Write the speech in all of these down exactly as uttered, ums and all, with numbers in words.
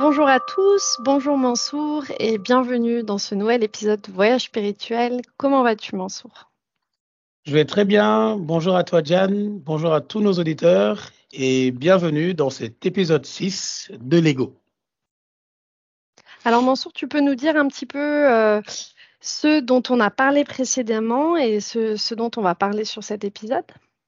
Bonjour à tous, bonjour Mansour et bienvenue dans ce nouvel épisode de Voyage spirituel. Comment vas-tu Mansour? Je vais très bien. Bonjour à toi, Diane. Bonjour à tous nos auditeurs et bienvenue dans cet épisode six de Lego. Alors Mansour, tu peux nous dire un petit peu euh, ce dont on a parlé précédemment et ce, ce dont on va parler sur cet épisode?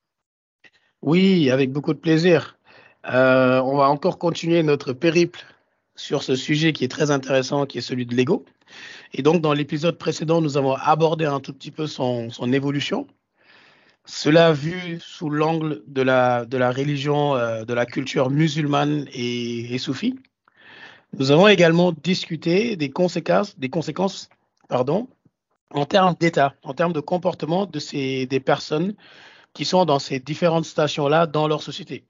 Oui, avec beaucoup de plaisir. Euh, on va encore continuer notre périple sur ce sujet qui est très intéressant, qui est celui de Lego. Et donc, dans l'épisode précédent, nous avons abordé un tout petit peu son, son évolution. Cela vu sous l'angle de la, de la religion, euh, de la culture musulmane et, et soufie. Nous avons également discuté des conséquences, des conséquences, pardon, en termes d'état, en termes de comportement de ces, des personnes qui sont dans ces différentes stations-là dans leur société.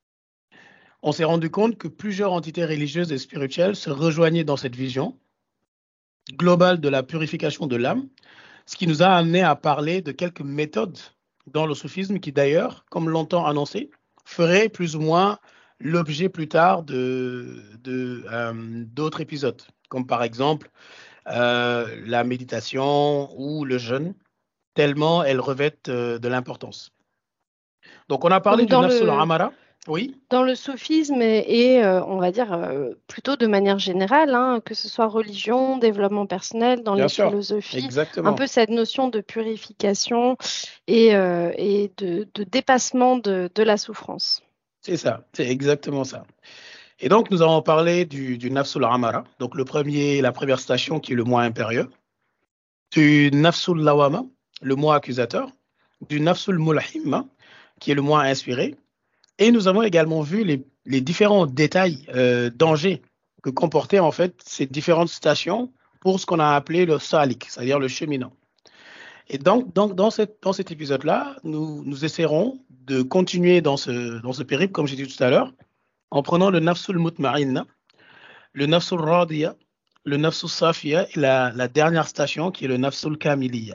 On s'est rendu compte que plusieurs entités religieuses et spirituelles se rejoignaient dans cette vision globale de la purification de l'âme, ce qui nous a amené à parler de quelques méthodes dans le soufisme qui d'ailleurs, comme longtemps annoncé, feraient plus ou moins l'objet plus tard de, de, euh, d'autres épisodes, comme par exemple euh, la méditation ou le jeûne, tellement elles revêtent euh, de l'importance. Donc, on a parlé Donc du dans nafsul le, amara. Oui, dans le soufisme et, et, euh, on va dire euh, plutôt de manière générale, hein, que ce soit religion, développement personnel, dans bien les sûr, philosophies, un exactement. peu cette notion de purification et, euh, et de, de dépassement de, de la souffrance. C'est ça, c'est exactement ça. Et donc, nous avons parlé du, du nafsul amara, donc le premier, la première station qui est le moi impérieux, du nafsul lawama, le moi accusateur, du nafsul mulhimma, qui est le moi inspiré. Et nous avons également vu les, les différents détails, euh, dangers que comportaient en fait ces différentes stations pour ce qu'on a appelé le salik, c'est-à-dire le cheminant. Et donc, donc dans, cette, dans cet épisode-là, nous, nous essaierons de continuer dans ce, dans ce périple, comme j'ai dit tout à l'heure, en prenant le nafsul mutma'inna, le nafsul radiya, le nafsul safiya et la, la dernière station qui est le nafsul kamiliya.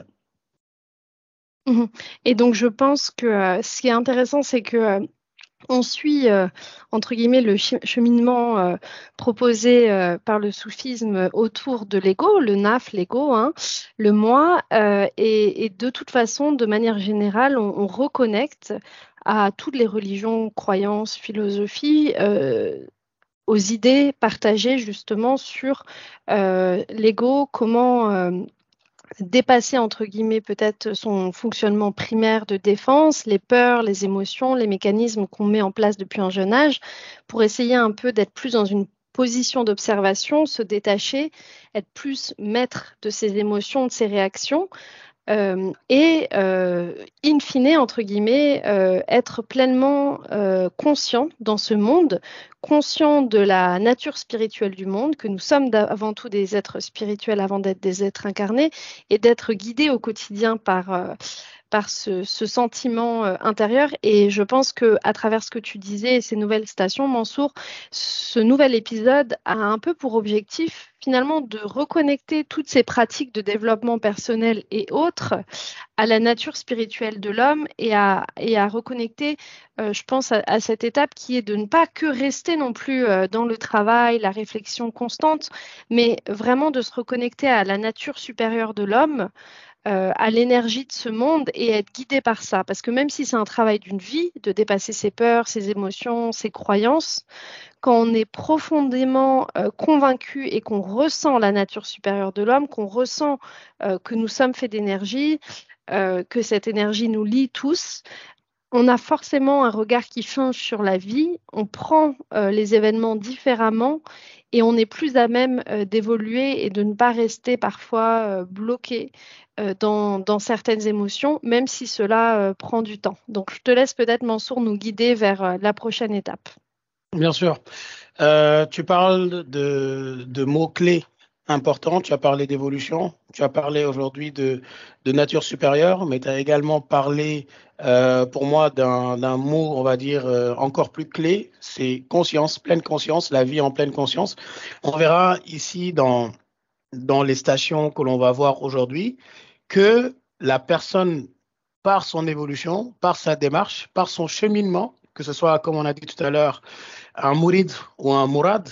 Mhm. Et donc, je pense que euh, ce qui est intéressant, c'est que euh, on suit, euh, entre guillemets, le chi- cheminement euh, proposé euh, par le soufisme autour de l'ego, le naf, l'ego, hein, le moi. Euh, et, et de toute façon, de manière générale, on, on reconnecte à toutes les religions, croyances, philosophies, euh, aux idées partagées justement sur euh, l'ego, comment euh, dépasser, entre guillemets, peut-être son fonctionnement primaire de défense, les peurs, les émotions, les mécanismes qu'on met en place depuis un jeune âge, pour essayer un peu d'être plus dans une position d'observation, se détacher, être plus maître de ses émotions, de ses réactions, euh, et euh, in fine, entre guillemets, euh, être pleinement euh, conscient dans ce monde, conscient de la nature spirituelle du monde, que nous sommes avant tout des êtres spirituels avant d'être des êtres incarnés, et d'être guidés au quotidien par, euh, par ce, ce sentiment euh, intérieur. Et je pense que à travers ce que tu disais, ces nouvelles stations, Mansour, ce nouvel épisode a un peu pour objectif finalement de reconnecter toutes ces pratiques de développement personnel et autres à la nature spirituelle de l'homme et à, et à reconnecter, euh, je pense, à, à cette étape qui est de ne pas que rester non plus euh, dans le travail, la réflexion constante, mais vraiment de se reconnecter à la nature supérieure de l'homme, euh, à l'énergie de ce monde et être guidé par ça. Parce que même si c'est un travail d'une vie, de dépasser ses peurs, ses émotions, ses croyances, quand on est profondément euh, convaincu et qu'on ressent la nature supérieure de l'homme, qu'on ressent euh, que nous sommes faits d'énergie, euh, que cette énergie nous lie tous, on a forcément un regard qui change sur la vie, on prend euh, les événements différemment et on est plus à même euh, d'évoluer et de ne pas rester parfois euh, bloqué euh, dans, dans certaines émotions, même si cela euh, prend du temps. Donc, je te laisse peut-être, Mansour, nous guider vers euh, la prochaine étape. Bien sûr. Euh, tu parles de, de mots-clés importants. Tu as parlé d'évolution. Tu as parlé aujourd'hui de, de nature supérieure, mais tu as également parlé, euh, pour moi, d'un, d'un mot, on va dire, euh, encore plus clé. C'est conscience, pleine conscience, la vie en pleine conscience. On verra ici dans, dans les stations que l'on va voir aujourd'hui que la personne, par son évolution, par sa démarche, par son cheminement, que ce soit, comme on a dit tout à l'heure, un mourid ou un mourad,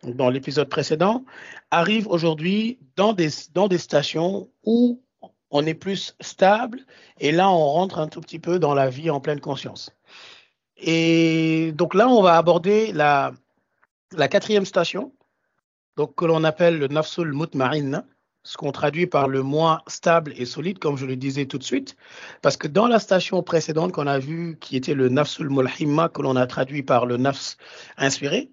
dans l'épisode précédent, arrive aujourd'hui dans des, dans des stations où on est plus stable et là, on rentre un tout petit peu dans la vie en pleine conscience. Et donc là, on va aborder la, la quatrième station, donc que l'on appelle le Nafsul Mutma'inna, ce qu'on traduit par le moi stable et solide, comme je le disais tout de suite, parce que dans la station précédente qu'on a vue, qui était le Nafsul Mulhimma, que l'on a traduit par le Nafs inspiré,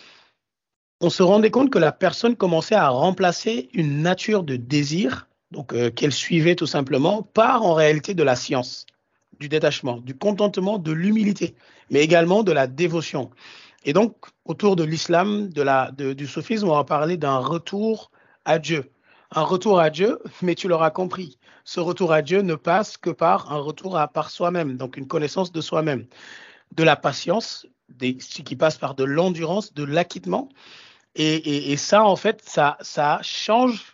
on se rendait compte que la personne commençait à remplacer une nature de désir, donc euh, qu'elle suivait tout simplement, par en réalité de la science, du détachement, du contentement, de l'humilité, mais également de la dévotion. Et donc, autour de l'islam, de la, de, du soufisme, on va parler d'un retour à Dieu. Un retour à Dieu, mais tu l'auras compris, ce retour à Dieu ne passe que par un retour à par soi-même, donc une connaissance de soi-même, de la patience, des, ce qui passe par de l'endurance, de l'acquittement. Et, et, et ça, en fait, ça, ça change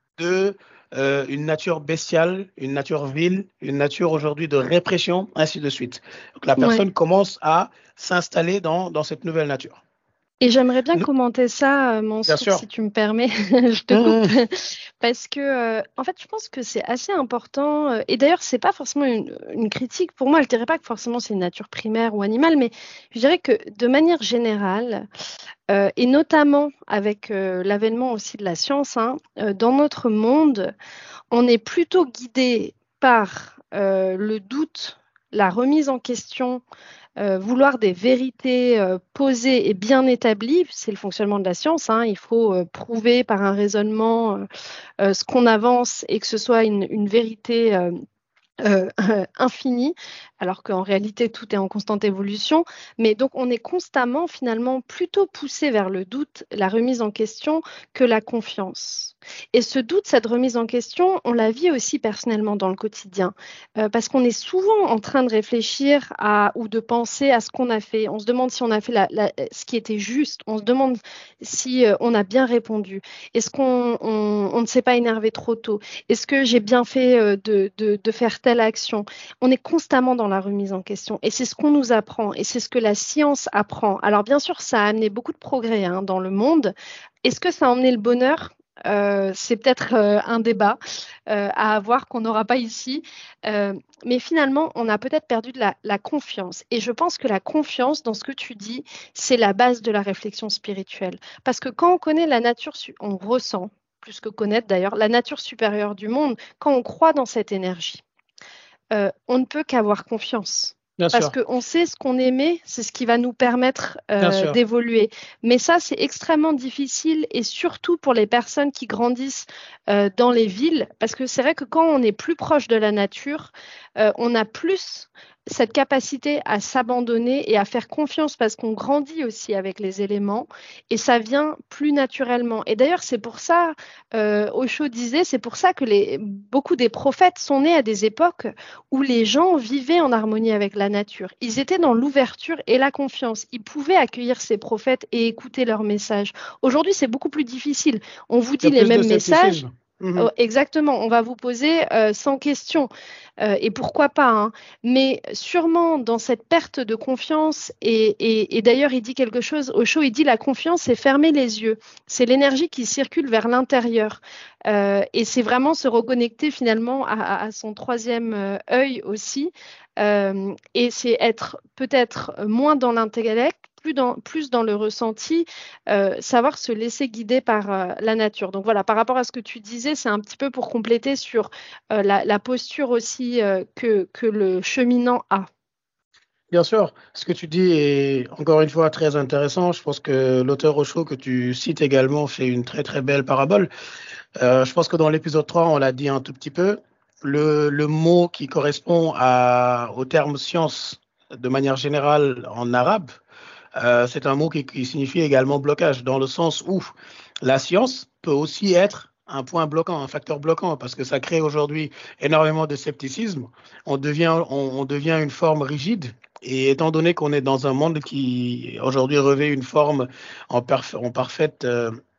de euh, une nature bestiale, une nature vile, une nature aujourd'hui de répression, ainsi de suite. Donc la Ouais. personne commence à s'installer dans, dans cette nouvelle nature. Et j'aimerais bien Nous, commenter ça, euh, bien Mansour, sûr. si tu me permets, je te coupe, Mmh, parce que, euh, en fait, je pense que c'est assez important. euh, Et d'ailleurs, c'est pas forcément une, une critique. Pour moi, je dirais pas que forcément c'est une nature primaire ou animale, mais je dirais que de manière générale, euh, et notamment avec euh, l'avènement aussi de la science, hein, euh, dans notre monde, on est plutôt guidé par euh, le doute, la remise en question, euh, vouloir des vérités euh, posées et bien établies. C'est le fonctionnement de la science, hein. Il faut euh, prouver par un raisonnement euh, euh, ce qu'on avance et que ce soit une, une vérité euh, euh, infinie, alors qu'en réalité, tout est en constante évolution. Mais donc, on est constamment, finalement, plutôt poussé vers le doute, la remise en question, que la confiance. Et ce doute, cette remise en question, on la vit aussi personnellement dans le quotidien, euh, parce qu'on est souvent en train de réfléchir à, ou de penser à ce qu'on a fait. On se demande si on a fait la, la, ce qui était juste, on se demande si euh, on a bien répondu. Est-ce qu'on on, on ne s'est pas énervé trop tôt? Est-ce que j'ai bien fait euh, de, de, de faire telle action? On est constamment dans la remise en question et c'est ce qu'on nous apprend et c'est ce que la science apprend. Alors bien sûr, ça a amené beaucoup de progrès hein, dans le monde. Est-ce que ça a emmené le bonheur? Euh, c'est peut-être euh, un débat euh, à avoir qu'on n'aura pas ici. Euh, mais finalement, on a peut-être perdu de la, la confiance. Et je pense que la confiance dans ce que tu dis, c'est la base de la réflexion spirituelle. Parce que quand on connaît la nature, on ressent, plus que connaître d'ailleurs, la nature supérieure du monde, quand on croit dans cette énergie, euh, on ne peut qu'avoir confiance. bien Parce sûr, qu'on sait ce qu'on aimait, c'est ce qui va nous permettre bien euh, sûr. d'évoluer. Mais ça, c'est extrêmement difficile et surtout pour les personnes qui grandissent euh, dans les villes. Parce que c'est vrai que quand on est plus proche de la nature, euh, on a plus cette capacité à s'abandonner et à faire confiance parce qu'on grandit aussi avec les éléments et ça vient plus naturellement. Et d'ailleurs, c'est pour ça, euh, Osho disait, c'est pour ça que les, beaucoup des prophètes sont nés à des époques où les gens vivaient en harmonie avec la nature. Ils étaient dans l'ouverture et la confiance. Ils pouvaient accueillir ces prophètes et écouter leurs messages. Aujourd'hui, c'est beaucoup plus difficile. On vous Il y a dit les plus de mêmes messages. scepticisme. Mmh, Oh, exactement, on va vous poser euh, sans question. Euh, et pourquoi pas, hein. Mais sûrement dans cette perte de confiance, et, et- et d'ailleurs il dit quelque chose, Osho, il dit la confiance, c'est fermer les yeux. C'est l'énergie qui circule vers l'intérieur. Euh, et c'est vraiment se reconnecter finalement à, à- à son troisième euh, œil aussi. Euh, et c'est être peut-être moins dans l'intellect, plus dans, plus dans le ressenti, euh, savoir se laisser guider par euh, la nature. Donc voilà, par rapport à ce que tu disais, c'est un petit peu pour compléter sur euh, la, la posture aussi euh, que, que le cheminant a. bien sûr. Ce que tu dis est encore une fois très intéressant. Je pense que l'auteur Osho que tu cites également fait une très très belle parabole. Euh, je pense que dans l'épisode trois, on l'a dit un tout petit peu. Le, le mot qui correspond à, au terme science de manière générale en arabe, euh, c'est un mot qui, qui signifie également blocage, dans le sens où la science peut aussi être un point bloquant, un facteur bloquant, parce que ça crée aujourd'hui énormément de scepticisme. On devient, on, on devient une forme rigide. Et étant donné qu'on est dans un monde qui aujourd'hui revêt une forme en, parf- en parfaite euh,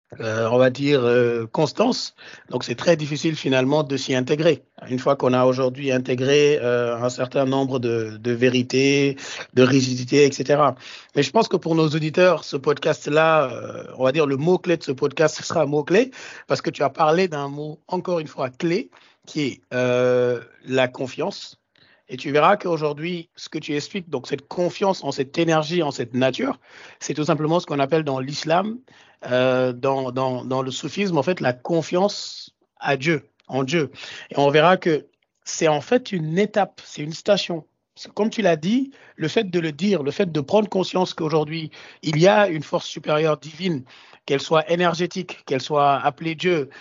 euh, on va dire, euh, constance. Donc, c'est très difficile finalement de s'y intégrer. Une fois qu'on a aujourd'hui intégré euh, un certain nombre de, de vérités, de rigidités, et cetera. Mais je pense que pour nos auditeurs, ce podcast-là, euh, on va dire le mot-clé de ce podcast, ce sera un mot-clé, parce que tu as parlé d'un mot, encore une fois, clé, qui est euh, la confiance. Et tu verras qu'aujourd'hui, ce que tu expliques, donc cette confiance en cette énergie, en cette nature, c'est tout simplement ce qu'on appelle dans l'islam, euh, dans, dans, dans le soufisme, en fait, la confiance à Dieu, en Dieu. Et on verra que c'est en fait une étape, c'est une station. Comme tu l'as dit, le fait de le dire, le fait de prendre conscience qu'aujourd'hui, il y a une force supérieure divine, qu'elle soit énergétique, qu'elle soit appelée Dieu,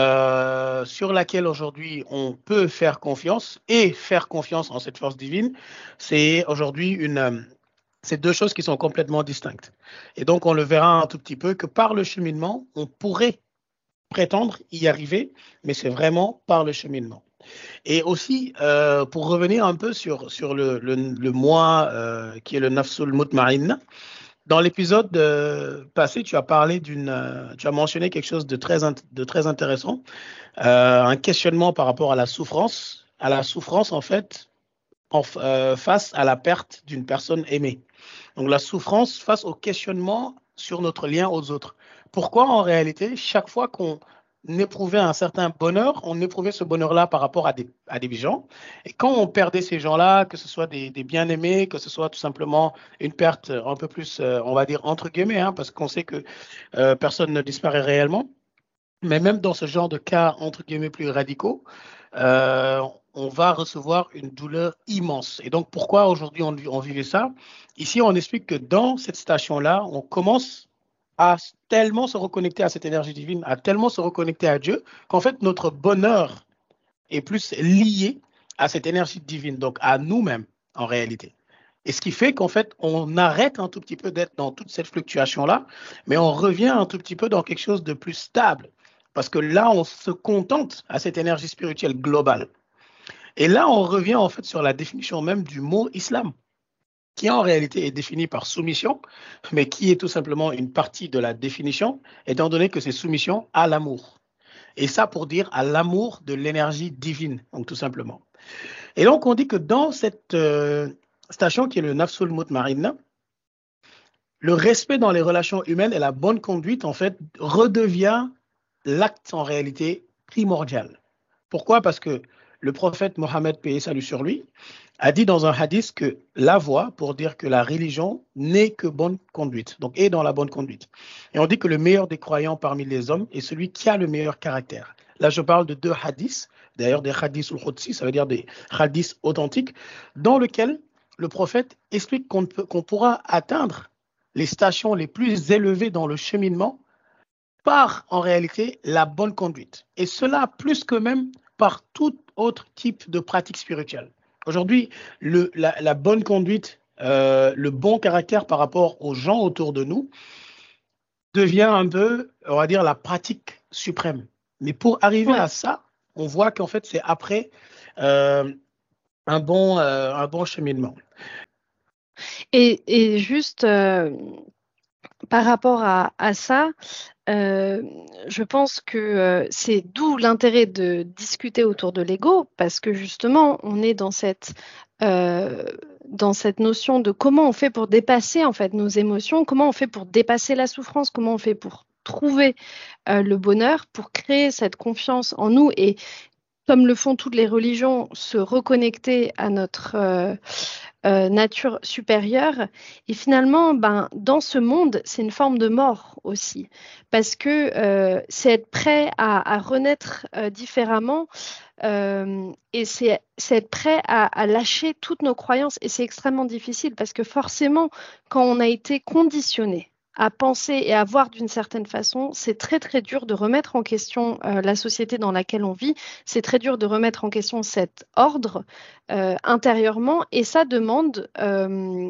euh, sur laquelle aujourd'hui on peut faire confiance et faire confiance en cette force divine, c'est aujourd'hui une, c'est deux choses qui sont complètement distinctes. Et donc, on le verra un tout petit peu que par le cheminement, on pourrait prétendre y arriver, mais c'est vraiment par le cheminement. Et aussi, euh, pour revenir un peu sur, sur le, le, le moi euh, qui est le Nafsul Mutma'inna, dans l'épisode euh, passé, tu as parlé d'une, euh, tu as mentionné quelque chose de très, de très intéressant, euh, un questionnement par rapport à la souffrance, à la souffrance en fait, en, euh, face à la perte d'une personne aimée. Donc la souffrance face au questionnement sur notre lien aux autres. Pourquoi en réalité, chaque fois qu'on éprouvait un certain bonheur, on éprouvait ce bonheur-là par rapport à des, à des gens. Et quand on perdait ces gens-là, que ce soit des, des bien-aimés, que ce soit tout simplement une perte un peu plus, euh, on va dire, entre guillemets, hein, parce qu'on sait que euh, personne ne disparaît réellement, mais même dans ce genre de cas, entre guillemets, plus radicaux, euh, on va recevoir une douleur immense. Et donc, pourquoi aujourd'hui on, on vivait ça? Ici, on explique que dans cette station-là, on commence à tellement se reconnecter à cette énergie divine, à tellement se reconnecter à Dieu, qu'en fait, notre bonheur est plus lié à cette énergie divine, donc à nous-mêmes, en réalité. Et ce qui fait qu'en fait, on arrête un tout petit peu d'être dans toute cette fluctuation-là, mais on revient un tout petit peu dans quelque chose de plus stable. Parce que là, on se contente à cette énergie spirituelle globale. Et là, on revient en fait sur la définition même du mot islam, qui en réalité est défini par soumission, mais qui est tout simplement une partie de la définition, étant donné que c'est soumission à l'amour. Et ça pour dire à l'amour de l'énergie divine, donc tout simplement. Et donc, on dit que dans cette euh, station qui est le Nafsul Mutmainna, le respect dans les relations humaines et la bonne conduite, en fait, redevient l'acte en réalité primordial. Pourquoi? Parce que le prophète Mohammed, paix et salut sur lui, a dit dans un hadith que la voie pour dire que la religion n'est que bonne conduite, donc est dans la bonne conduite. Et on dit que le meilleur des croyants parmi les hommes est celui qui a le meilleur caractère. Là, je parle de deux hadiths, d'ailleurs des hadiths al-Qudsi, ça veut dire des hadiths authentiques, dans lesquels le prophète explique qu'on peut, qu'on pourra atteindre les stations les plus élevées dans le cheminement par, en réalité, la bonne conduite. Et cela plus que même par tout autre type de pratique spirituelle. Aujourd'hui, le, la, la bonne conduite, euh, le bon caractère par rapport aux gens autour de nous devient un peu, on va dire, la pratique suprême. Mais pour arriver Ouais. à ça, on voit qu'en fait, c'est après euh, un, bon, euh, un bon cheminement. Et, et juste euh, par rapport à, à ça, euh, je pense que euh, c'est d'où l'intérêt de discuter autour de l'ego, parce que justement, on est dans cette, euh, dans cette notion de comment on fait pour dépasser en fait nos émotions, comment on fait pour dépasser la souffrance, comment on fait pour trouver euh, le bonheur, pour créer cette confiance en nous et comme le font toutes les religions, se reconnecter à notre euh, euh, nature supérieure. Et finalement, ben, dans ce monde, c'est une forme de mort aussi, parce que euh, c'est être prêt à, à renaître euh, différemment euh, et c'est, c'est être prêt à, à lâcher toutes nos croyances. Et c'est extrêmement difficile parce que forcément, quand on a été conditionné à penser et à voir d'une certaine façon, c'est très très dur de remettre en question euh, la société dans laquelle on vit, c'est très dur de remettre en question cet ordre euh, intérieurement et ça demande euh,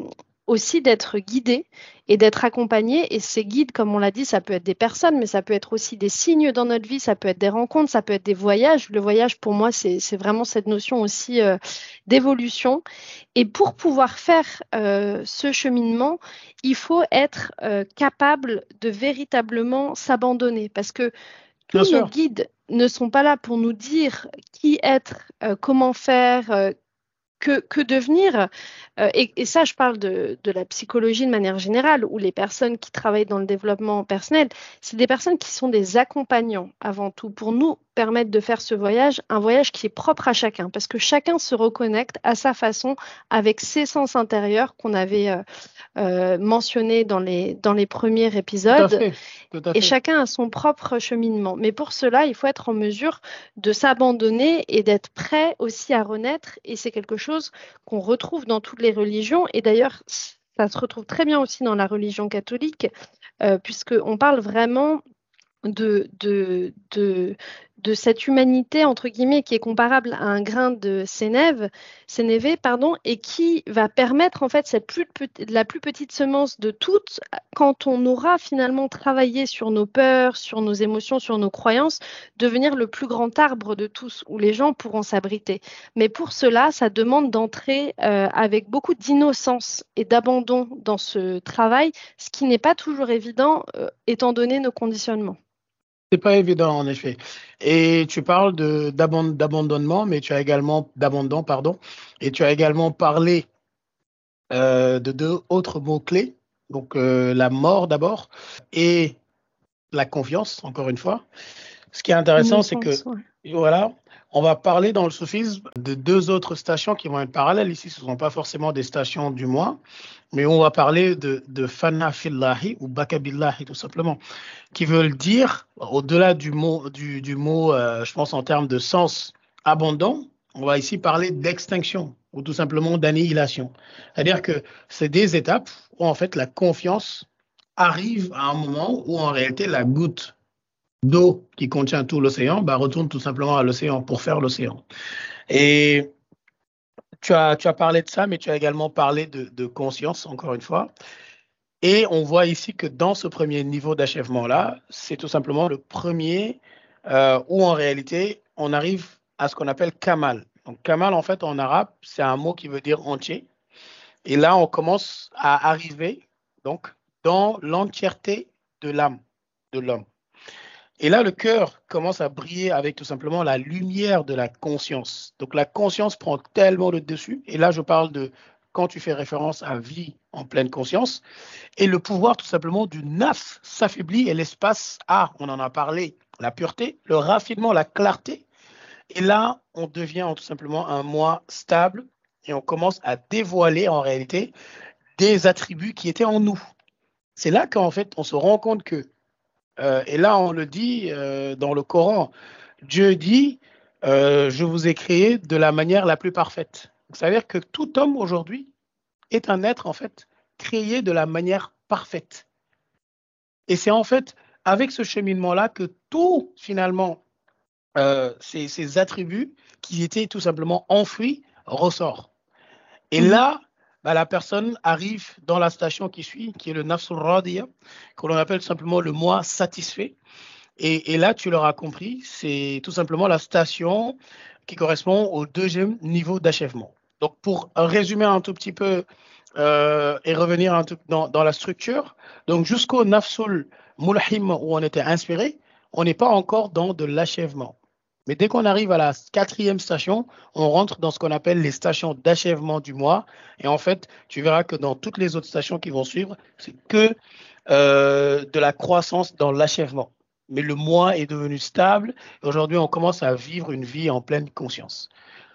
aussi d'être guidé et d'être accompagné. Et ces guides, comme on l'a dit, ça peut être des personnes, mais ça peut être aussi des signes dans notre vie, ça peut être des rencontres, ça peut être des voyages. Le voyage, pour moi, c'est, c'est vraiment cette notion aussi euh, d'évolution. Et pour pouvoir faire euh, ce cheminement, il faut être euh, capable de véritablement s'abandonner, parce que Bien tous nos sûr. guides ne sont pas là pour nous dire qui être, euh, comment faire, euh, que, que devenir. Euh, et, et ça, je parle de, de la psychologie de manière générale, où les personnes qui travaillent dans le développement personnel, c'est des personnes qui sont des accompagnants avant tout, pour nous permettre de faire ce voyage, un voyage qui est propre à chacun, parce que chacun se reconnecte à sa façon avec ses sens intérieurs qu'on avait euh, euh, mentionnés dans les, dans les premiers Tout à épisodes. fait. Tout à Et fait. chacun a son propre cheminement. Mais pour cela, il faut être en mesure de s'abandonner et d'être prêt aussi à renaître. Et c'est quelque chose qu'on retrouve dans toutes les religions. Et d'ailleurs, ça se retrouve très bien aussi dans la religion catholique, euh, puisqu'on parle vraiment de, de, de, de cette humanité, entre guillemets, qui est comparable à un grain de sénéve, sénévé, pardon, et qui va permettre, en fait, cette plus, la plus petite semence de toutes, quand on aura finalement travaillé sur nos peurs, sur nos émotions, sur nos croyances, devenir le plus grand arbre de tous, où les gens pourront s'abriter. Mais pour cela, ça demande d'entrer euh, avec beaucoup d'innocence et d'abandon dans ce travail, ce qui n'est pas toujours évident, euh, étant donné nos conditionnements. C'est pas évident, en effet. Et tu parles de d'aband- d'abandonnement, mais tu as également d'abandon, pardon, et tu as également parlé euh, de deux autres mots-clés. Donc euh, la mort d'abord et la confiance, encore une fois. Ce qui est intéressant, c'est que Innocence, ouais. voilà, on va parler dans le soufisme de deux autres stations qui vont être parallèles. Ici, ce ne sont pas forcément des stations du moi, mais on va parler de, de fana fillahi ou baka billahi, tout simplement, qui veulent dire, au-delà du mot, du, du mot euh, je pense en termes de sens abondant, on va ici parler d'extinction ou tout simplement d'annihilation. C'est-à-dire que c'est des étapes où en fait la confiance arrive à un moment où en réalité la goutte d'eau qui contient tout l'océan bah, retourne tout simplement à l'océan pour faire l'océan. Et tu as, tu as parlé de ça, mais tu as également parlé de, de conscience, encore une fois. Et on voit ici que dans ce premier niveau d'achèvement-là, c'est tout simplement le premier euh, où en réalité, on arrive à ce qu'on appelle Kamal. Donc Kamal, en fait, en arabe, c'est un mot qui veut dire entier. Et là, on commence à arriver donc dans l'entièreté de l'âme de l'homme. Et là, le cœur commence à briller avec tout simplement la lumière de la conscience. Donc la conscience prend tellement le dessus. Et là, je parle de quand tu fais référence à vie en pleine conscience. Et le pouvoir tout simplement du naf s'affaiblit et l'espace a, on en a parlé, la pureté, le raffinement, la clarté. Et là, on devient tout simplement un moi stable et on commence à dévoiler en réalité des attributs qui étaient en nous. C'est là qu'en fait, on se rend compte que, euh, et là on le dit euh, dans le Coran, Dieu dit, euh, je vous ai créé de la manière la plus parfaite. Donc, ça veut dire que tout homme aujourd'hui est un être en fait créé de la manière parfaite. Et c'est en fait avec ce cheminement-là que tout, finalement, euh, ces, ces attributs qui étaient tout simplement enfouis ressort. Et Mhm. là, bah, la personne arrive dans la station qui suit, qui est le nafsul radiya, que l'on appelle simplement le moi satisfait. Et, et là, tu l'auras compris, c'est tout simplement la station qui correspond au deuxième niveau d'achèvement. Donc, pour résumer un tout petit peu euh, et revenir un tout dans, dans la structure, donc jusqu'au nafsul mulhim où on était inspiré, on n'est pas encore dans de l'achèvement. Mais dès qu'on arrive à la quatrième station, on rentre dans ce qu'on appelle les stations d'achèvement du moi. Et en fait, tu verras que dans toutes les autres stations qui vont suivre, c'est que euh, de la croissance dans l'achèvement. Mais le moi est devenu stable. Et aujourd'hui, on commence à vivre une vie en pleine conscience.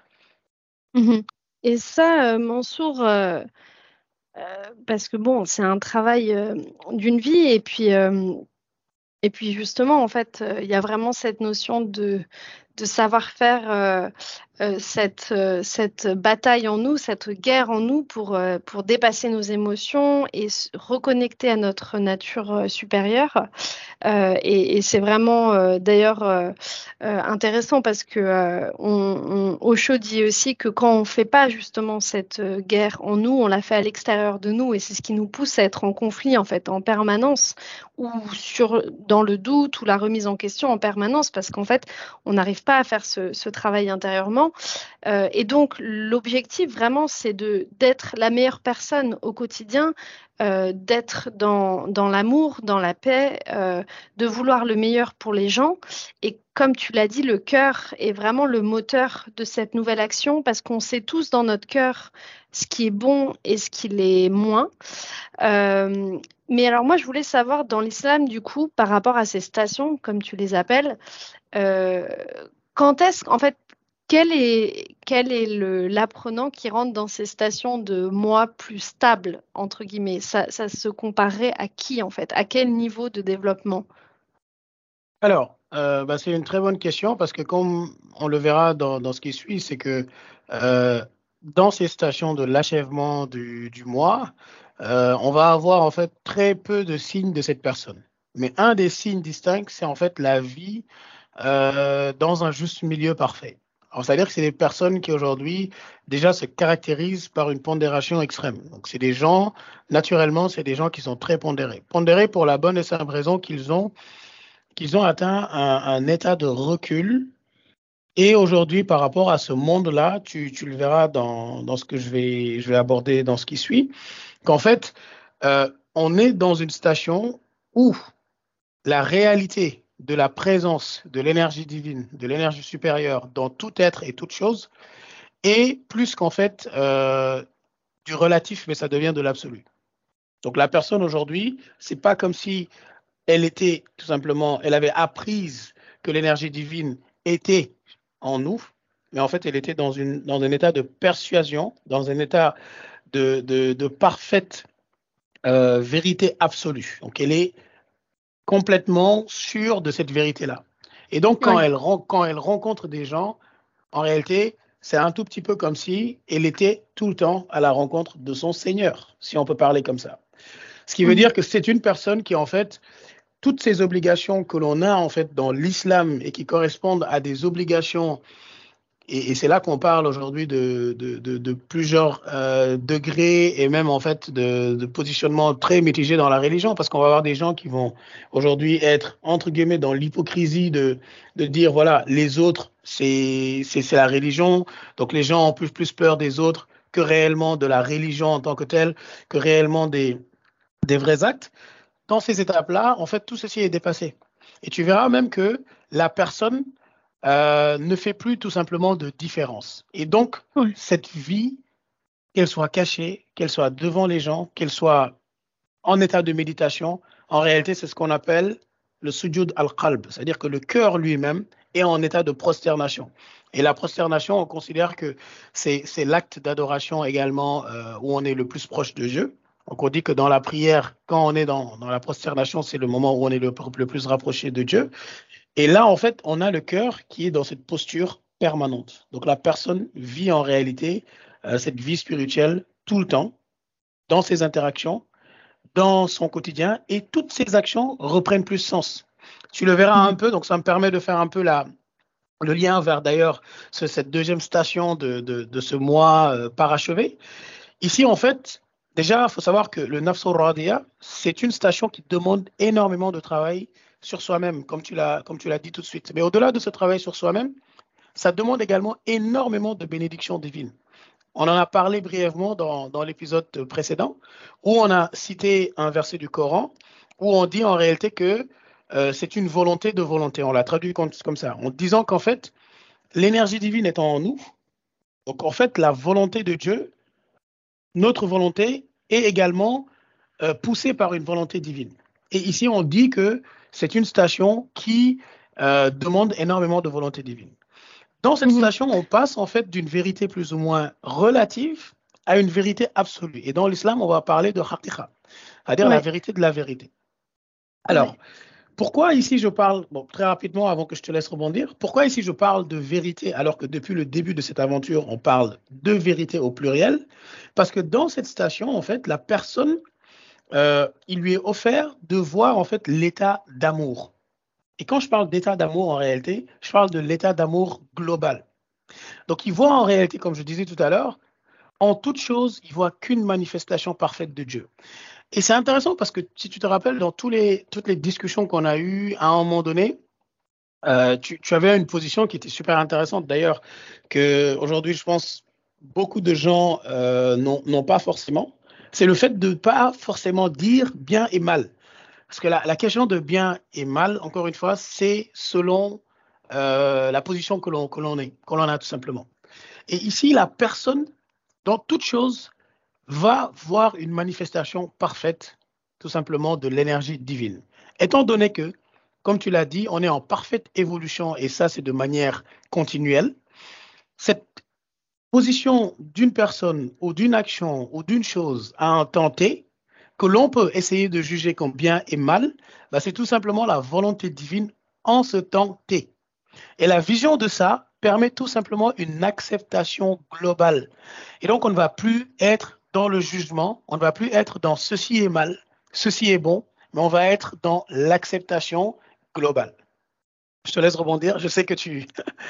Mhm. Et ça, euh, Mansour, euh, euh, parce que bon, c'est un travail euh, d'une vie, et puis, euh, et puis justement, en fait, euh, il y a vraiment cette notion de, de savoir faire euh, euh, cette, euh, cette bataille en nous, cette guerre en nous pour, euh, pour dépasser nos émotions et se reconnecter à notre nature euh, supérieure. Euh, et, et c'est vraiment euh, d'ailleurs euh, euh, intéressant parce que euh, on, on, Osho dit aussi que quand on fait pas justement cette euh, guerre en nous, on la fait à l'extérieur de nous et c'est ce qui nous pousse à être en conflit en fait en permanence ou sur dans le doute ou la remise en question en permanence parce qu'en fait on n'arrive pas à faire ce, ce travail intérieurement. Euh, et donc, l'objectif vraiment, c'est de d'être la meilleure personne au quotidien, euh, d'être dans, dans l'amour, dans la paix, euh, de vouloir le meilleur pour les gens. Et comme tu l'as dit, le cœur est vraiment le moteur de cette nouvelle action parce qu'on sait tous dans notre cœur ce qui est bon et ce qui l'est moins. Euh, mais alors moi, je voulais savoir dans l'islam, du coup, par rapport à ces stations, comme tu les appelles, euh, quand est-ce qu'en fait, quel est, quel est le, l'apprenant qui rentre dans ces stations de moi plus stable, entre guillemets? Ça, ça se comparerait à qui, en fait? À quel niveau de développement? Alors, euh, bah, c'est une très bonne question parce que comme on le verra dans, dans ce qui suit, c'est que euh, dans ces stations de l'achèvement du, du mois, euh, on va avoir en fait très peu de signes de cette personne. Mais un des signes distincts, c'est en fait la vie euh, dans un juste milieu parfait. Alors, c'est-à-dire que c'est des personnes qui aujourd'hui déjà se caractérisent par une pondération extrême. Donc, c'est des gens, naturellement, c'est des gens qui sont très pondérés. Pondérés pour la bonne et simple raison qu'ils ont qu'ils ont atteint un, un état de recul. Et aujourd'hui, par rapport à ce monde-là, tu, tu le verras dans, dans ce que je vais, je vais aborder dans ce qui suit, qu'en fait, euh, on est dans une station où la réalité de la présence de l'énergie divine, de l'énergie supérieure dans tout être et toute chose est plus qu'en fait euh, du relatif, mais ça devient de l'absolu. Donc la personne aujourd'hui, c'est pas comme si elle était tout simplement, elle avait apprise que l'énergie divine était en nous, mais en fait, elle était dans, une, dans un état de persuasion, dans un état de, de, de parfaite euh, vérité absolue. Donc, elle est complètement sûre de cette vérité-là. Et donc, quand Oui. elle, quand elle rencontre des gens, en réalité, c'est un tout petit peu comme si elle était tout le temps à la rencontre de son Seigneur, si on peut parler comme ça. Ce qui veut Mhm. dire que c'est une personne qui, en fait, toutes ces obligations que l'on a en fait dans l'islam et qui correspondent à des obligations, et, et c'est là qu'on parle aujourd'hui de, de, de, de plusieurs euh, degrés et même en fait de, de positionnement très mitigé dans la religion, parce qu'on va avoir des gens qui vont aujourd'hui être entre guillemets dans l'hypocrisie de, de dire voilà, les autres, c'est, c'est, c'est la religion, donc les gens ont plus, plus peur des autres que réellement de la religion en tant que telle, que réellement des, des vrais actes. Dans ces étapes-là, en fait, tout ceci est dépassé. Et tu verras même que la personne euh, ne fait plus tout simplement de différence. Et donc, Ouais. cette vie, qu'elle soit cachée, qu'elle soit devant les gens, qu'elle soit en état de méditation, en réalité, c'est ce qu'on appelle le sujud al-qalb, c'est-à-dire que le cœur lui-même est en état de prosternation. Et la prosternation, on considère que c'est, c'est l'acte d'adoration également euh, où on est le plus proche de Dieu. Donc on dit que dans la prière, quand on est dans, dans la prosternation, c'est le moment où on est le, le plus rapproché de Dieu. Et là, en fait, on a le cœur qui est dans cette posture permanente. Donc la personne vit en réalité euh, cette vie spirituelle tout le temps, dans ses interactions, dans son quotidien, et toutes ses actions reprennent plus sens. Tu le verras un Mhm. peu, donc ça me permet de faire un peu la, le lien vers d'ailleurs ce- cette deuxième station de, de, de ce mois euh, parachevé. Ici, en fait, déjà, il faut savoir que le Nafs al-Radiya, c'est une station qui demande énormément de travail sur soi-même, comme tu l'as, comme tu l'as dit tout de suite. Mais au-delà de ce travail sur soi-même, ça demande également énormément de bénédictions divines. On en a parlé brièvement dans, dans l'épisode précédent, où on a cité un verset du Coran, où on dit en réalité que euh, c'est une volonté de volonté. On l'a traduit comme, comme ça, en disant qu'en fait, l'énergie divine étant en nous, donc en fait, la volonté de Dieu, notre volonté, est également euh, poussée par une volonté divine. Et ici, on dit que c'est une station qui euh, demande énormément de volonté divine. Dans cette Mhm. station, on passe en fait d'une vérité plus ou moins relative à une vérité absolue. Et dans l'islam, on va parler de haqiqa, c'est-à-dire la Ouais. vérité de la vérité. Alors, Ouais. Pourquoi ici je parle, bon, très rapidement avant que je te laisse rebondir, pourquoi ici je parle de vérité alors que depuis le début de cette aventure, on parle de vérité au pluriel? Parce que dans cette station, en fait, la personne, euh, il lui est offert de voir en fait l'état d'amour. Et quand je parle d'état d'amour en réalité, je parle de l'état d'amour global. Donc il voit en réalité, comme je disais tout à l'heure, en toute chose, il voit qu'une manifestation parfaite de Dieu. Et c'est intéressant parce que si tu te rappelles, dans tous les, toutes les discussions qu'on a eues à un moment donné, euh, tu, tu avais une position qui était super intéressante d'ailleurs, que aujourd'hui, je pense, beaucoup de gens euh, n'ont n'ont pas forcément. C'est le fait de ne pas forcément dire bien et mal. Parce que la, la question de bien et mal, encore une fois, c'est selon euh, la position que l'on que l'on est, que l'on a tout simplement. Et ici, la personne, dans toute chose, va voir une manifestation parfaite, tout simplement, de l'énergie divine. Étant donné que, comme tu l'as dit, on est en parfaite évolution, et ça, c'est de manière continuelle, cette position d'une personne ou d'une action ou d'une chose à un temps T, que l'on peut essayer de juger comme bien et mal, bah, c'est tout simplement la volonté divine en ce temps T. Et la vision de ça permet tout simplement une acceptation globale. Et donc, on ne va plus être dans le jugement, on ne va plus être dans ceci est mal, ceci est bon, mais on va être dans l'acceptation globale. Je te laisse rebondir. Je sais que tu,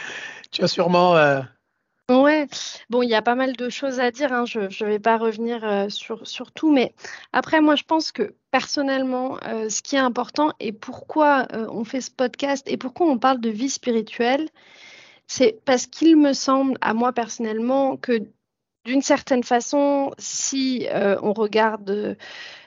tu as sûrement... euh, Ouais, bon, il y a pas mal de choses à dire, hein. Je ne vais pas revenir euh, sur, sur tout, mais après, moi, je pense que personnellement, euh, ce qui est important et pourquoi euh, on fait ce podcast et pourquoi on parle de vie spirituelle, c'est parce qu'il me semble, à moi personnellement, que d'une certaine façon, si euh, on regarde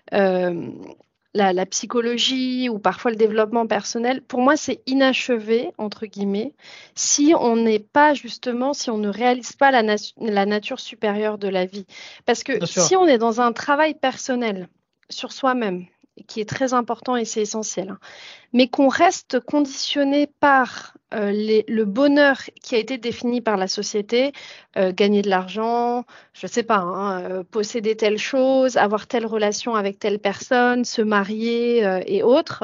euh, la, la psychologie ou parfois le développement personnel, pour moi, c'est inachevé, entre guillemets, si on n'est pas justement, si on ne réalise pas la, nat- la nature supérieure de la vie. Parce que bien sûr, si on est dans un travail personnel sur soi-même, qui est très important et c'est essentiel, hein, mais qu'on reste conditionné par euh, les- le bonheur qui a été défini par la société, euh, gagner de l'argent, je ne sais pas, hein, euh, posséder telle chose, avoir telle relation avec telle personne, se marier euh, et autres,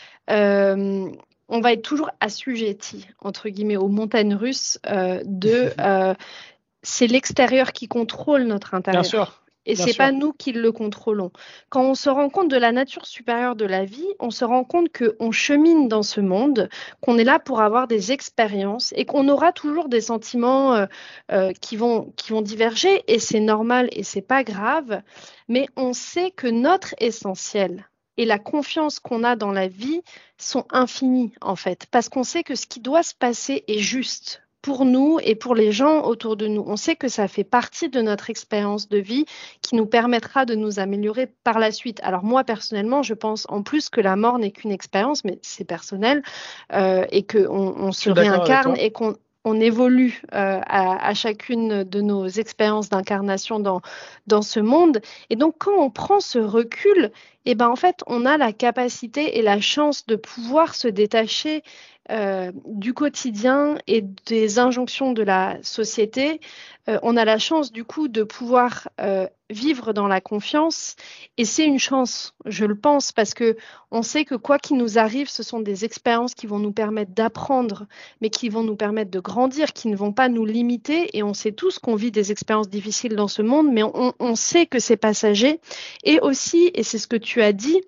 euh, on va être toujours assujetti, entre guillemets, aux montagnes russes euh, de euh, c'est l'extérieur qui contrôle notre bien intérieur. sûr, Et bien c'est pas sûr. nous qui le contrôlons. Quand on se rend compte de la nature supérieure de la vie, on se rend compte qu'on chemine dans ce monde, qu'on est là pour avoir des expériences et qu'on aura toujours des sentiments euh, euh, qui vont, qui vont diverger. Et c'est normal et c'est pas grave. Mais on sait que notre essentiel et la confiance qu'on a dans la vie sont infinis en fait, parce qu'on sait que ce qui doit se passer est juste pour nous et pour les gens autour de nous. On sait que ça fait partie de notre expérience de vie qui nous permettra de nous améliorer par la suite. Alors moi, personnellement, je pense en plus que la mort n'est qu'une expérience, mais c'est personnel, euh, et qu'on on Je se suis d'accord avec réincarne toi. et qu'on on évolue euh, à, à chacune de nos expériences d'incarnation dans, dans ce monde. Et donc, quand on prend ce recul, eh ben, en fait, on a la capacité et la chance de pouvoir se détacher euh, du quotidien et des injonctions de la société. Euh, on a la chance du coup de pouvoir euh, vivre dans la confiance et c'est une chance, je le pense, parce que on sait que quoi qu'il nous arrive, ce sont des expériences qui vont nous permettre d'apprendre, mais qui vont nous permettre de grandir, qui ne vont pas nous limiter. Et on sait tous qu'on vit des expériences difficiles dans ce monde, mais on, on sait que c'est passager. Et aussi, et c'est ce que tu as dit,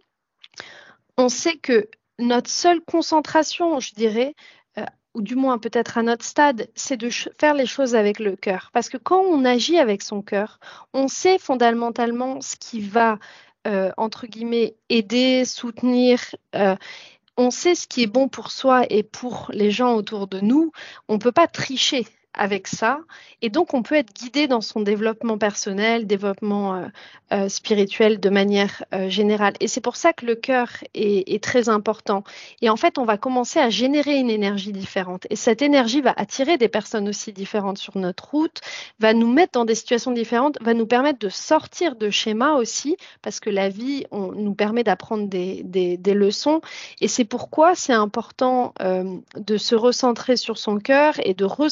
on sait que notre seule concentration, je dirais, euh, ou du moins peut-être à notre stade, c'est de ch- faire les choses avec le cœur. Parce que quand on agit avec son cœur, on sait fondamentalement ce qui va, euh, entre guillemets, aider, soutenir. euh, on sait ce qui est bon pour soi et pour les gens autour de nous. On ne peut pas tricher avec ça. Et donc, on peut être guidé dans son développement personnel, développement euh, euh, spirituel de manière euh, générale. Et c'est pour ça que le cœur est, est très important. Et en fait, on va commencer à générer une énergie différente. Et cette énergie va attirer des personnes aussi différentes sur notre route, va nous mettre dans des situations différentes, va nous permettre de sortir de schémas aussi, parce que la vie on, nous permet d'apprendre des, des, des leçons. Et c'est pourquoi c'est important euh, de se recentrer sur son cœur et de ressentir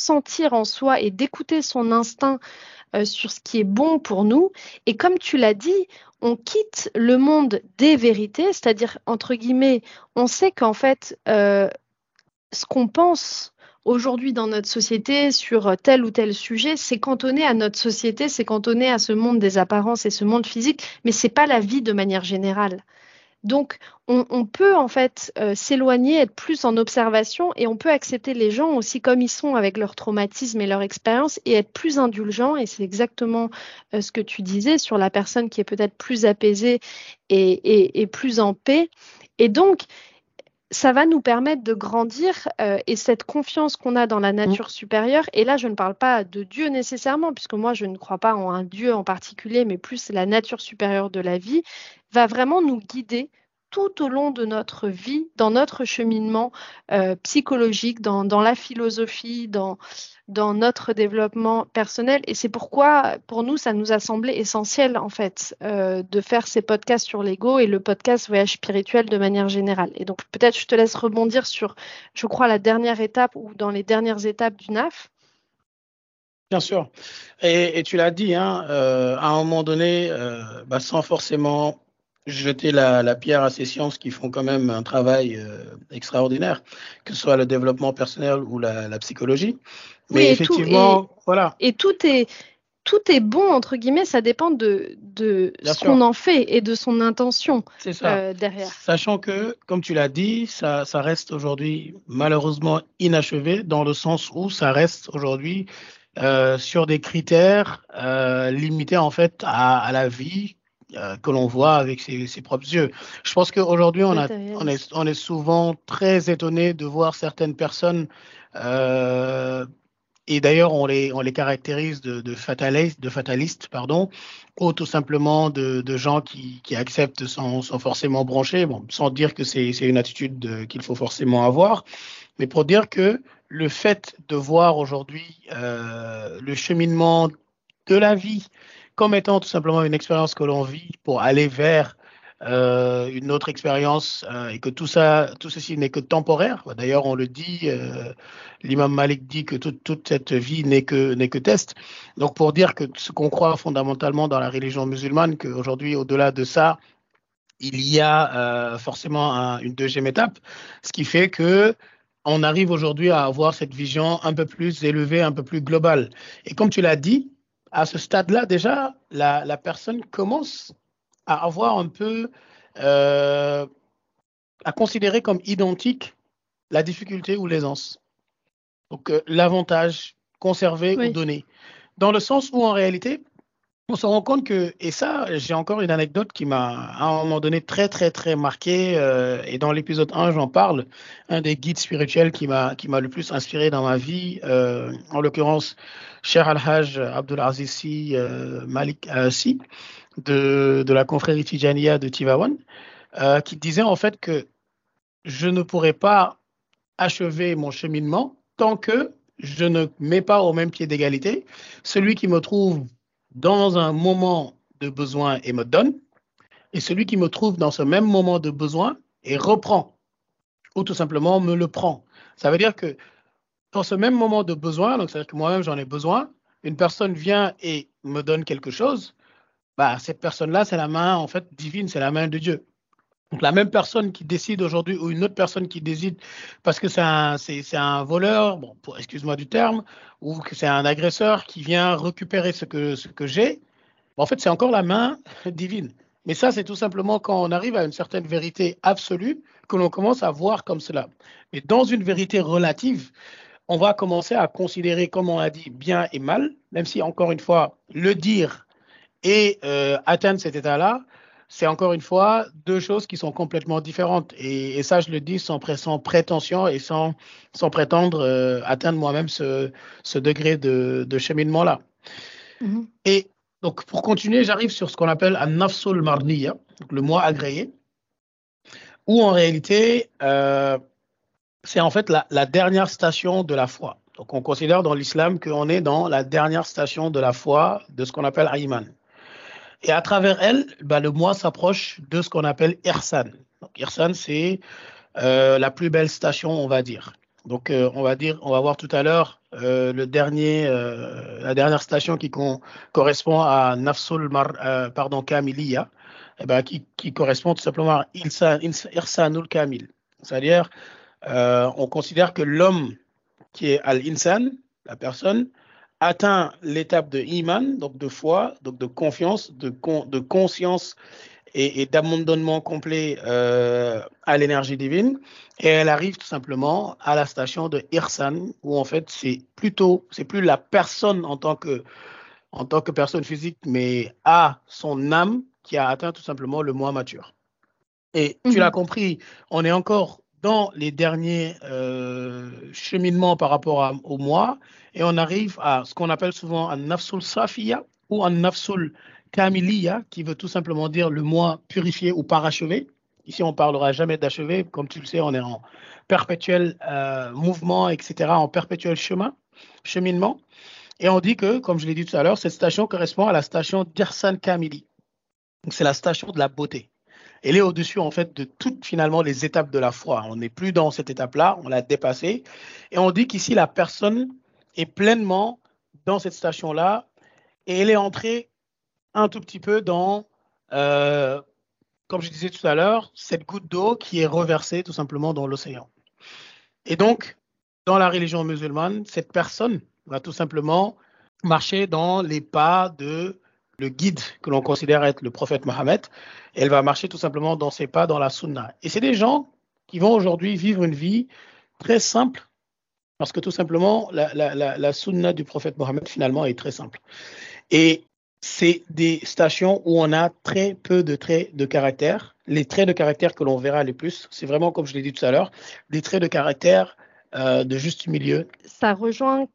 investir en soi et d'écouter son instinct euh, sur ce qui est bon pour nous. Et comme tu l'as dit, on quitte le monde des vérités, c'est-à-dire, entre guillemets, on sait qu'en fait, euh, ce qu'on pense aujourd'hui dans notre société sur tel ou tel sujet, c'est cantonné à notre société, c'est cantonné à ce monde des apparences et ce monde physique, mais c'est pas la vie de manière générale. Donc, on, on peut en fait euh, s'éloigner, être plus en observation et on peut accepter les gens aussi comme ils sont avec leur traumatisme et leur expérience et être plus indulgent. Et c'est exactement euh, ce que tu disais sur la personne qui est peut-être plus apaisée et, et, et plus en paix. Et donc, ça va nous permettre de grandir euh, et cette confiance qu'on a dans la nature supérieure, et là je ne parle pas de Dieu nécessairement, puisque moi je ne crois pas en un Dieu en particulier, mais plus la nature supérieure de la vie, va vraiment nous guider tout au long de notre vie, dans notre cheminement euh, psychologique, dans, dans la philosophie, dans, dans notre développement personnel. Et c'est pourquoi, pour nous, ça nous a semblé essentiel, en fait, euh, de faire ces podcasts sur l'ego et le podcast Voyage spirituel de manière générale. Et donc, peut-être je te laisse rebondir sur, je crois, la dernière étape ou dans les dernières étapes du N A F. Bien sûr. Et, et tu l'as dit, hein, euh, à un moment donné, euh, bah, sans forcément jeter la, la pierre à ces sciences qui font quand même un travail euh, extraordinaire, que ce soit le développement personnel ou la, la psychologie. Oui, Mais et tout, et, effectivement, voilà, et tout est, tout est bon, entre guillemets, ça dépend de, de bien ce qu'on sûr, en fait et de son intention c'est ça. euh, derrière. Sachant que, comme tu l'as dit, ça, ça reste aujourd'hui malheureusement inachevé dans le sens où ça reste aujourd'hui euh, sur des critères euh, limités en fait à, à la vie euh, que l'on voit avec ses, ses propres yeux. Je pense qu'aujourd'hui, on a, on est, Matérialiste. on est souvent très étonné de voir certaines personnes euh, et d'ailleurs, on les, on les caractérise de, de fatalistes, de fatalistes, pardon, ou tout simplement de, de gens qui, qui acceptent sans, sans forcément brancher, bon, sans dire que c'est, c'est une attitude de- qu'il faut forcément avoir, mais pour dire que le fait de voir aujourd'hui euh, le cheminement de la vie comme étant tout simplement une expérience que l'on vit pour aller vers euh, une autre expérience euh, et que tout ça, tout ceci n'est que temporaire. D'ailleurs, on le dit, euh, l'imam Malik dit que toute, toute cette vie n'est que, n'est que test. Donc, pour dire que ce qu'on croit fondamentalement dans la religion musulmane, qu'aujourd'hui, au-delà de ça, il y a euh, forcément un- une deuxième étape, ce qui fait que on arrive aujourd'hui à avoir cette vision un peu plus élevée, un peu plus globale. Et comme tu l'as dit, à ce stade-là, déjà, la, la personne commence à avoir un peu, euh, à considérer comme identique la difficulté ou l'aisance. Donc, euh, l'avantage conservé ou Oui. donné. Dans le sens où, en réalité, on se rend compte que, et ça, j'ai encore une anecdote qui m'a à un moment donné très, très, très marqué. Euh, et dans l'épisode un, j'en parle. Un des guides spirituels qui m'a qui m'a le plus inspiré dans ma vie, euh, en l'occurrence, Cheikh Al-Hajj Abdulaziz Sy euh, Malik euh, Sy, de, de la confrérie Tijaniya de Tivaouane, euh, qui disait en fait que je ne pourrais pas achever mon cheminement tant que je ne mets pas au même pied d'égalité celui qui me trouve dans un moment de besoin et me donne, et celui qui me trouve dans ce même moment de besoin et reprend, ou tout simplement me le prend. Ça veut dire que dans ce même moment de besoin, donc c'est-à-dire que moi-même j'en ai besoin, une personne vient et me donne quelque chose, bah, cette personne-là, c'est la main en fait divine, c'est la main de Dieu. Donc la même personne qui décide aujourd'hui ou une autre personne qui décide parce que c'est un, c'est, c'est un voleur, bon, pour, excuse-moi du terme, ou que c'est un agresseur qui vient récupérer ce que, ce que j'ai, en fait, c'est encore la main divine. Mais ça, c'est tout simplement quand on arrive à une certaine vérité absolue que l'on commence à voir comme cela. Mais dans une vérité relative, on va commencer à considérer, comme on a dit, bien et mal, même si, encore une fois, le dire et euh, atteindre cet état-là, c'est encore une fois deux choses qui sont complètement différentes. Et, et ça, je le dis sans, pré- sans prétention et sans, sans prétendre euh, atteindre moi-même ce, ce degré de, de cheminement-là. Mhm. Et donc, pour continuer, j'arrive sur ce qu'on appelle un nafsul marniya, donc le moi agréé, où en réalité, euh, c'est en fait la, la dernière station de la foi. Donc, on considère dans l'islam qu'on est dans la dernière station de la foi de ce qu'on appelle Ayman. Et à travers elle, bah, le moi s'approche de ce qu'on appelle Ihsan. Donc, Ihsan, c'est euh, la plus belle station, on va dire. Donc, euh, on va dire, on va voir tout à l'heure euh, le dernier, euh, la dernière station qui con- correspond à Nafsul Mar, euh, pardon, Kamiliya, eh ben, qui, qui correspond tout simplement à Insa- Ins- Irsanul Kamil. C'est-à-dire, euh, on considère que l'homme qui est Al-Insan, la personne, atteint l'étape de Iman, donc de foi, donc de confiance, de, con- de conscience et, et d'abandonnement complet euh, à l'énergie divine. Et elle arrive tout simplement à la station de Irsan, où en fait, c'est plutôt, c'est plus la personne en tant que, en tant que personne physique, mais à son âme qui a atteint tout simplement le moi mature. Et tu l'as Mhm. compris, on est encore dans les derniers euh, cheminements par rapport à- au moi, et on arrive à ce qu'on appelle souvent un nafsul safiya ou un nafsul kamiliya, qui veut tout simplement dire le moi purifié ou parachevé. Ici, on ne parlera jamais d'achevé, comme tu le sais, on est en perpétuel euh, mouvement, et cetera, en perpétuel chemin, cheminement. Et on dit que, comme je l'ai dit tout à l'heure, cette station correspond à la station d'Irsan Kamili. Donc, c'est la station de la beauté. Elle est au-dessus, en fait, de toutes, finalement, les étapes de la foi. On n'est plus dans cette étape-là, on l'a dépassée. Et on dit qu'ici, la personne est pleinement dans cette station-là et elle est entrée un tout petit peu dans, euh, comme je disais tout à l'heure, cette goutte d'eau qui est reversée tout simplement dans l'océan. Et donc, dans la religion musulmane, cette personne va tout simplement marcher dans les pas de le guide que l'on considère être le prophète Mohammed. Elle va marcher tout simplement dans ses pas dans la sunna. Et c'est des gens qui vont aujourd'hui vivre une vie très simple parce que tout simplement, la, la, la, la sunna du prophète Mohammed finalement est très simple. Et c'est des stations où on a très peu de traits de caractère. Les traits de caractère que l'on verra les plus, c'est vraiment, comme je l'ai dit tout à l'heure, des traits de caractère euh, de juste milieu. Ça rejoint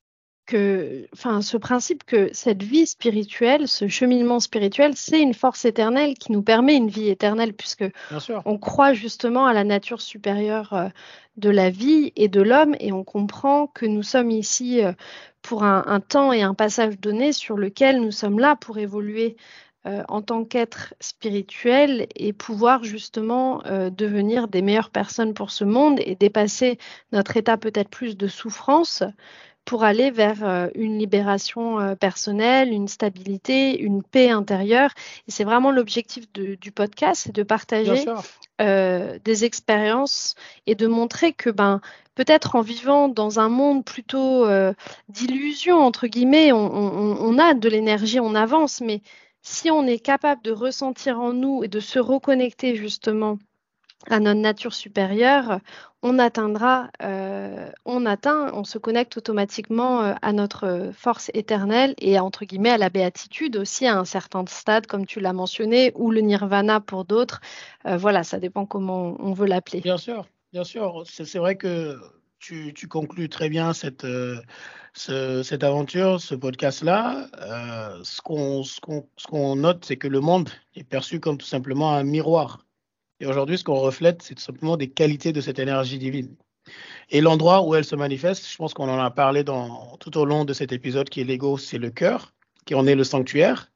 que, enfin, ce principe que cette vie spirituelle, ce cheminement spirituel, c'est une force éternelle qui nous permet une vie éternelle, puisque Bien sûr. on croit justement à la nature supérieure euh, de la vie et de l'homme, et on comprend que nous sommes ici euh, pour un, un temps et un passage donné sur lequel nous sommes là pour évoluer euh, en tant qu'être spirituel et pouvoir justement euh, devenir des meilleures personnes pour ce monde et dépasser notre état peut-être plus de souffrance pour aller vers euh, une libération euh, personnelle, une stabilité, une paix intérieure. Et c'est vraiment l'objectif de- du podcast, c'est de Bien partager sûr. euh, des expériences et de montrer que ben, peut-être en vivant dans un monde plutôt euh, d'illusion, entre guillemets, on, on- on a de l'énergie, on avance, mais si on est capable de ressentir en nous et de se reconnecter justement à notre nature supérieure, on atteindra, euh, on atteint, on se connecte automatiquement euh, à notre force éternelle et entre guillemets à la béatitude aussi à un certain stade, comme tu l'as mentionné, ou le nirvana pour d'autres. Euh, voilà, ça dépend comment on veut l'appeler. Bien sûr, bien sûr. C'est c'est vrai que tu, tu conclus très bien cette, euh, ce- cette aventure, ce podcast-là. Euh, ce qu'on ce qu'on, ce qu'on note, c'est que le monde est perçu comme tout simplement un miroir. Et aujourd'hui, ce qu'on reflète, c'est tout simplement des qualités de cette énergie divine. Et l'endroit où elle se manifeste, je pense qu'on en a parlé dans, tout au long de cet épisode qui est l'ego, c'est le cœur, qui en est le sanctuaire.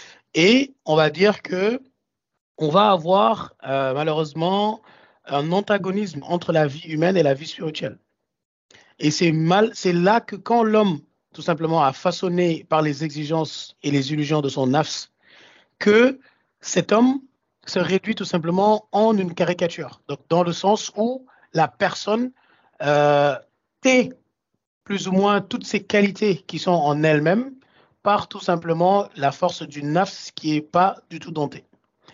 Et on va dire que on va avoir euh, malheureusement un antagonisme entre la vie humaine et la vie spirituelle. Et c'est mal, c'est là que quand l'homme, tout simplement, a façonné par les exigences et les illusions de son nafs, que cet homme se réduit tout simplement en une caricature. Donc, dans le sens où la personne euh, tait plus ou moins toutes ces qualités qui sont en elle-même par tout simplement la force du nafs qui n'est pas du tout domptée.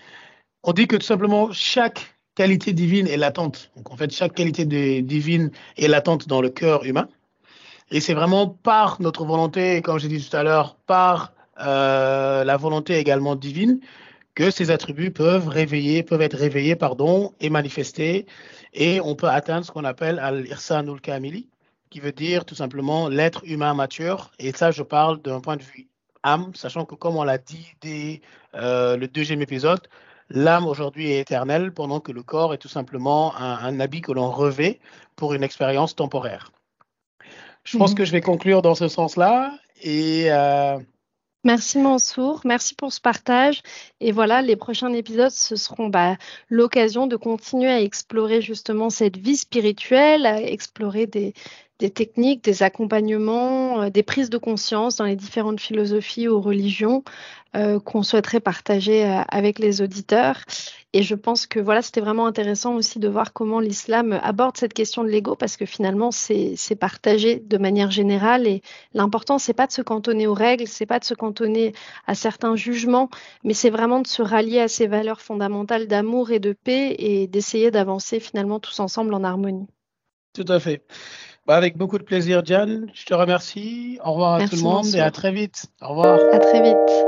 On dit que tout simplement chaque qualité divine est latente. Donc en fait, chaque qualité de- divine est latente dans le cœur humain. Et c'est vraiment par notre volonté, comme j'ai dit tout à l'heure, par euh, la volonté également divine, que ces attributs peuvent réveiller, peuvent être réveillés, pardon, et manifestés. Et on peut atteindre ce qu'on appelle al-irsanul kamili, qui veut dire tout simplement l'être humain mature. Et ça, je parle d'un point de vue âme, sachant que comme on l'a dit dès euh, le deuxième épisode, l'âme aujourd'hui est éternelle, pendant que le corps est tout simplement un, un habit que l'on revêt pour une expérience temporaire. Je pense Mhm. que je vais conclure dans ce sens-là. Et euh, Merci Mansour, merci pour ce partage. Et voilà, les prochains épisodes, ce seront bah, l'occasion de continuer à explorer justement cette vie spirituelle, à explorer des, des techniques, des accompagnements, euh, des prises de conscience dans les différentes philosophies ou religions euh, qu'on souhaiterait partager euh, avec les auditeurs. Et je pense que voilà, c'était vraiment intéressant aussi de voir comment l'islam aborde cette question de l'ego parce que finalement, c'est c'est partagé de manière générale et l'important, c'est pas de se cantonner aux règles, c'est pas de se cantonner à certains jugements, mais c'est vraiment de se rallier à ces valeurs fondamentales d'amour et de paix et d'essayer d'avancer finalement tous ensemble en harmonie. Tout à fait. Bah, avec beaucoup de plaisir, Diane. Je te remercie. Au revoir à tout le Merci monde et à Mansour. très vite. Au revoir. À très vite.